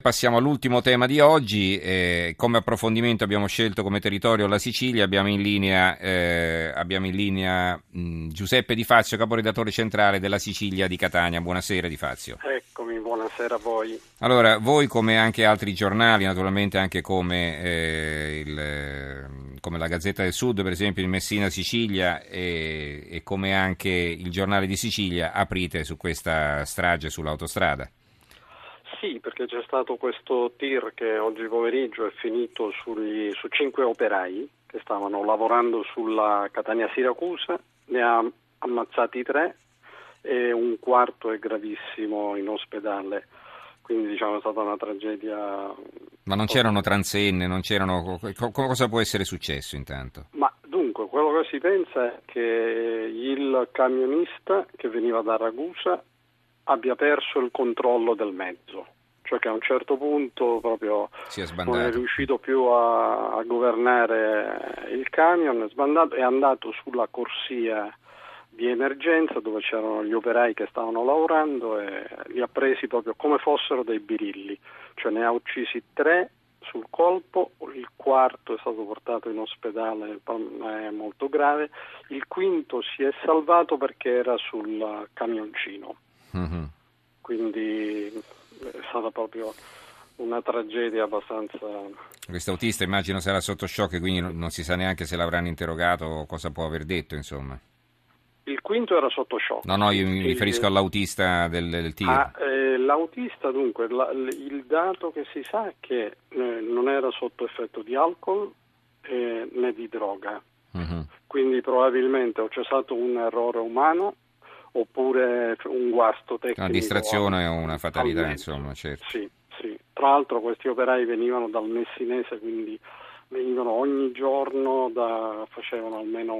Passiamo all'ultimo tema di oggi. Come approfondimento abbiamo scelto come territorio la Sicilia. Abbiamo in linea Giuseppe Di Fazio, caporedattore centrale della Sicilia di Catania. Buonasera Di Fazio. Eccomi, buonasera a voi. Allora, voi come anche altri giornali, naturalmente anche come la Gazzetta del Sud, per esempio, in Messina Sicilia e come anche il Giornale di Sicilia, aprite su questa strage sull'autostrada. Sì, perché c'è stato questo tir che oggi pomeriggio è finito su 5 operai che stavano lavorando sulla Catania-Siracusa, ne ha ammazzati 3 e un quarto è gravissimo in ospedale, quindi diciamo è stata una tragedia. Ma non c'erano transenne, non c'erano. Cosa può essere successo intanto? Ma dunque, quello che si pensa è che il camionista che veniva da Ragusa abbia perso il controllo del mezzo, cioè che a un certo punto proprio non è riuscito più a governare il camion, è sbandato, è andato sulla corsia di emergenza dove c'erano gli operai che stavano lavorando e li ha presi proprio come fossero dei birilli, cioè ne ha uccisi 3 sul colpo, il quarto è stato portato in ospedale, è molto grave, il quinto si è salvato perché era sul camioncino. Mm-hmm. Quindi è stata proprio una tragedia abbastanza. Questo autista immagino sarà sotto shock, quindi non si sa neanche se l'avranno interrogato o cosa può aver detto, insomma. Il quinto era sotto shock. No, io mi riferisco all'autista del tir. L'autista, dunque, il dato che si sa è che non era sotto effetto di alcol né di droga. Mm-hmm. Quindi probabilmente o c'è stato un errore umano oppure un guasto tecnico. Una distrazione o una fatalità, insomma, certo. Sì. Tra l'altro questi operai venivano dal Messinese, quindi venivano ogni giorno, facevano almeno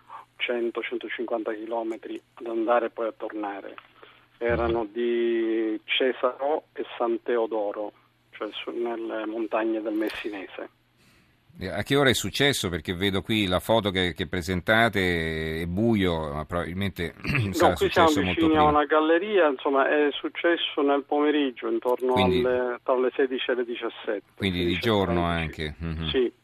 100-150 chilometri ad andare e poi a tornare. Erano di Cesaro e San Teodoro, cioè nelle montagne del Messinese. A che ora è successo? Perché vedo qui la foto che presentate, è buio, ma probabilmente sarà successo molto prima. Qui siamo vicini a una galleria, insomma è successo nel pomeriggio, intorno tra le 16 e le 17. Quindi di giorno anche? Mm-hmm. Sì.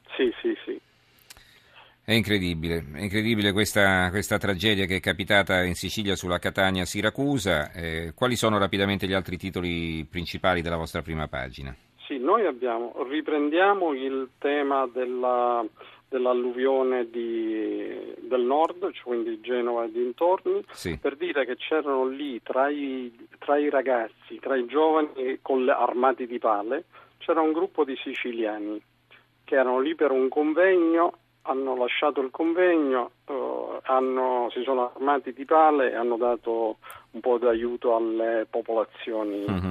È incredibile questa tragedia che è capitata in Sicilia sulla Catania-Siracusa. Quali sono rapidamente gli altri titoli principali della vostra prima pagina? Sì, noi riprendiamo il tema dell'alluvione del nord, cioè quindi Genova e dintorni, sì. Per dire che c'erano lì tra i ragazzi, tra i giovani armati di pale, c'era un gruppo di siciliani che erano lì per un convegno, hanno lasciato il convegno, si sono armati di pale e hanno dato un po' di aiuto alle popolazioni. Mm-hmm.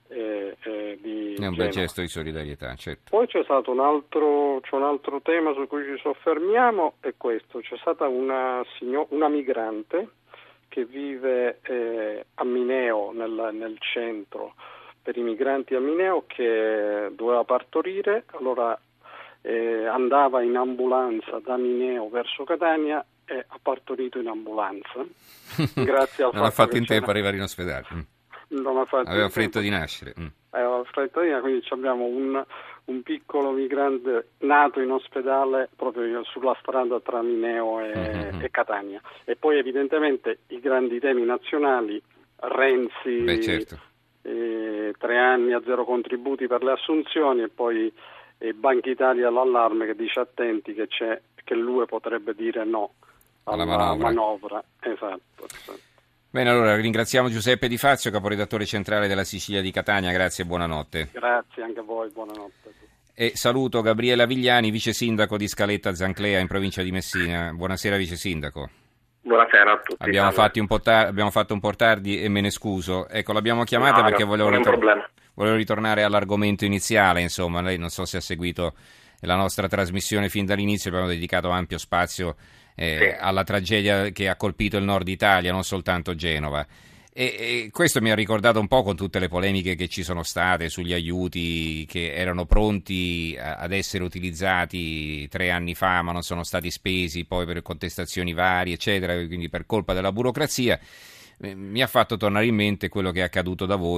È un bel gesto di solidarietà, certo. Poi c'è stato un altro tema su cui ci soffermiamo, è questo: c'è stata una migrante che vive a Mineo, nel centro per i migranti a Mineo, che doveva partorire, allora andava in ambulanza da Mineo verso Catania e ha partorito in ambulanza. Grazie al non ha fatto in tempo ad arrivare in ospedale. Aveva fretta di nascere. Aveva fretta di nascere, quindi abbiamo un piccolo migrante nato in ospedale proprio sulla strada tra Mineo e Catania. E poi evidentemente i grandi temi nazionali, Renzi, certo. 3 anni a 0 contributi per le assunzioni, e poi Banca Italia all'allarme che dice attenti che l'UE potrebbe dire no alla manovra. Esatto. Bene, allora ringraziamo Giuseppe Di Fazio, caporedattore centrale della Sicilia di Catania. Grazie e buonanotte. Grazie anche a voi, buonanotte. E saluto Gabriele Vigliani, vice sindaco di Scaletta Zanclea in provincia di Messina. Buonasera vice sindaco. Buonasera a tutti. Abbiamo fatto un po' tardi e me ne scuso. Ecco, l'abbiamo chiamata perché volevo ritornare all'argomento iniziale. Insomma, lei non so se ha seguito la nostra trasmissione fin dall'inizio, abbiamo dedicato ampio spazio alla tragedia che ha colpito il nord Italia, non soltanto Genova. E questo mi ha ricordato un po' con tutte le polemiche che ci sono state sugli aiuti che erano pronti ad essere utilizzati 3 anni fa ma non sono stati spesi poi per contestazioni varie eccetera, quindi per colpa della burocrazia. Mi ha fatto tornare in mente quello che è accaduto da voi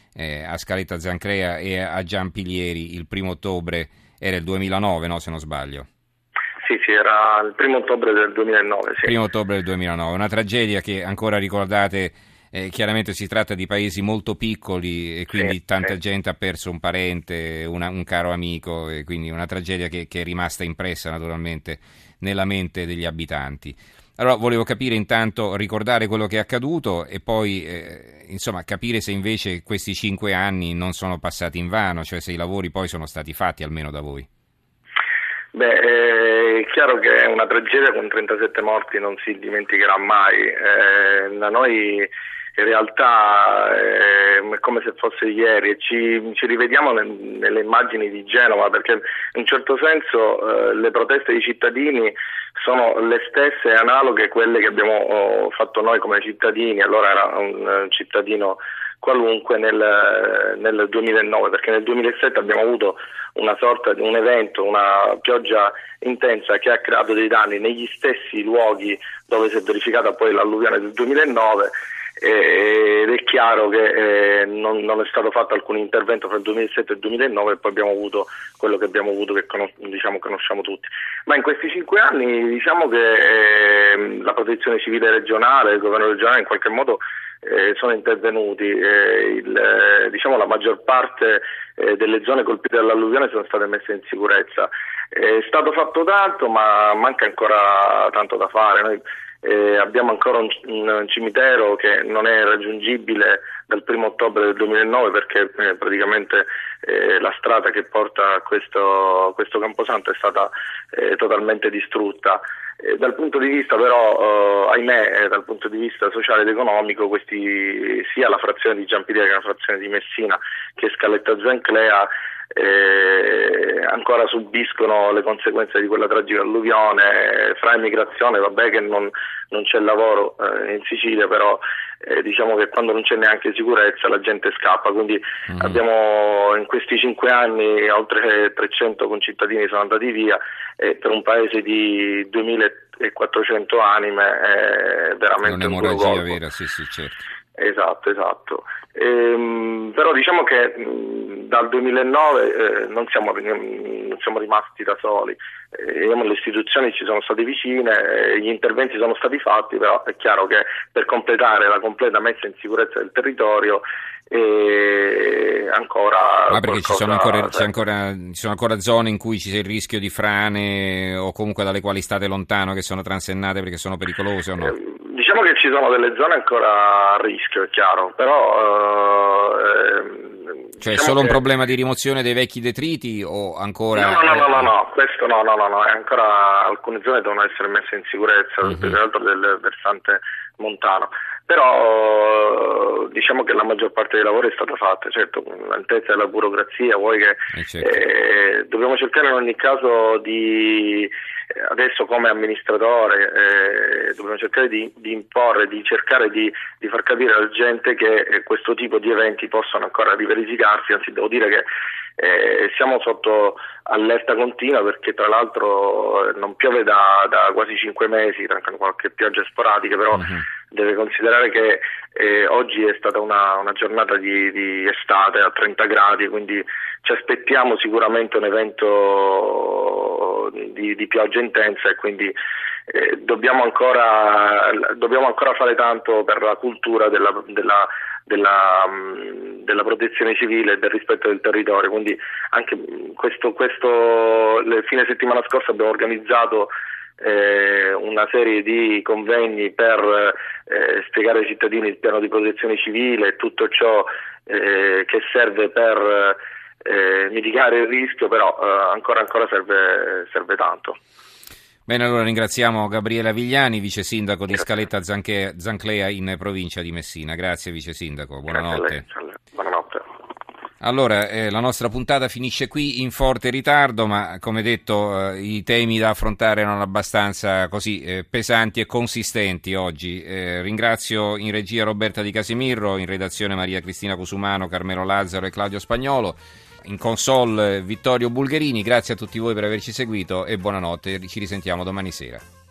a Scaletta Zanclea e a Giampilieri il 1° ottobre, era il 2009, no, se non sbaglio? Sì, era il 1° ottobre del 2009. Sì. 1° ottobre del 2009, una tragedia che ancora ricordate. Chiaramente si tratta di paesi molto piccoli e quindi tanta gente ha perso un parente, un caro amico, e quindi una tragedia che è rimasta impressa naturalmente nella mente degli abitanti. Allora volevo capire intanto, ricordare quello che è accaduto e poi insomma capire se invece questi 5 anni non sono passati invano, cioè se i lavori poi sono stati fatti almeno da voi. È chiaro che una tragedia con 37 morti non si dimenticherà mai. Da noi in realtà è come se fosse ieri e ci rivediamo nelle immagini di Genova, perché in un certo senso le proteste dei cittadini sono le stesse analoghe a quelle che abbiamo fatto noi come cittadini. Allora era un cittadino qualunque nel 2009, perché nel 2007 abbiamo avuto una sorta di un evento, una pioggia intensa che ha creato dei danni negli stessi luoghi dove si è verificata poi l'alluvione del 2009. Ed è chiaro che non è stato fatto alcun intervento fra il 2007 e il 2009 e poi abbiamo avuto quello che abbiamo avuto, che conosciamo tutti. Ma in questi 5 anni diciamo che la protezione civile regionale, il governo regionale in qualche modo sono intervenuti, la maggior parte delle zone colpite dall'alluvione sono state messe in sicurezza. È stato fatto tanto, ma manca ancora tanto da fare. Noi abbiamo ancora un cimitero che non è raggiungibile dal 1° ottobre del 2009 perché praticamente la strada che porta a questo camposanto è stata totalmente distrutta. Dal punto di vista però, ahimè, dal punto di vista sociale ed economico, sia la frazione di Giampilieri che la frazione di Messina che Scaletta Zanclea ancora subiscono le conseguenze di quella tragica alluvione. Fra emigrazione, vabbè che non c'è lavoro in Sicilia, però diciamo che quando non c'è neanche sicurezza la gente scappa, quindi abbiamo in questi 5 anni oltre 300 concittadini sono andati via e per un paese di 2400 anime è veramente un'emorragia vera, sì, certo. Esatto. Però diciamo che dal 2009 non siamo rimasti da soli, le istituzioni ci sono state vicine, gli interventi sono stati fatti, però è chiaro che per completare la completa messa in sicurezza del territorio ancora. Ma perché ci sono ancora zone in cui c'è il rischio di frane o comunque dalle quali state lontano, che sono transennate perché sono pericolose o no? Diciamo che ci sono delle zone ancora a rischio, è chiaro, però cioè è solo un problema di rimozione dei vecchi detriti o ancora? No, questo no, è ancora alcune zone devono essere messe in sicurezza, per l'altro del versante montano. Però diciamo che la maggior parte dei lavori è stata fatta, certo, con l'altezza della burocrazia, dobbiamo cercare in ogni caso adesso come amministratore dobbiamo cercare di imporre, di cercare di far capire alla gente che questo tipo di eventi possono ancora riverificarsi, anzi devo dire che siamo sotto allerta continua perché tra l'altro non piove da quasi 5 mesi, tranne qualche pioggia sporadica, però deve considerare che oggi è stata una giornata di estate a 30 gradi, quindi ci aspettiamo sicuramente un evento di pioggia intensa e quindi dobbiamo ancora fare tanto per la cultura della protezione civile e del rispetto del territorio. Quindi anche il fine settimana scorso abbiamo organizzato una serie di convegni per spiegare ai cittadini il piano di protezione civile e tutto ciò che serve per mitigare il rischio, però ancora serve tanto. Bene, allora ringraziamo Gabriele Avigliani, vice sindaco di Scaletta Zanclea in provincia di Messina. Grazie vice sindaco, buonanotte. Buonanotte. Allora, la nostra puntata finisce qui in forte ritardo, ma come detto i temi da affrontare erano abbastanza così pesanti e consistenti oggi. Ringrazio in regia Roberta Di Casimirro, in redazione Maria Cristina Cusumano, Carmelo Lazzaro e Claudio Spagnolo, in console Vittorio Bulgherini. Grazie a tutti voi per averci seguito e buonanotte, ci risentiamo domani sera.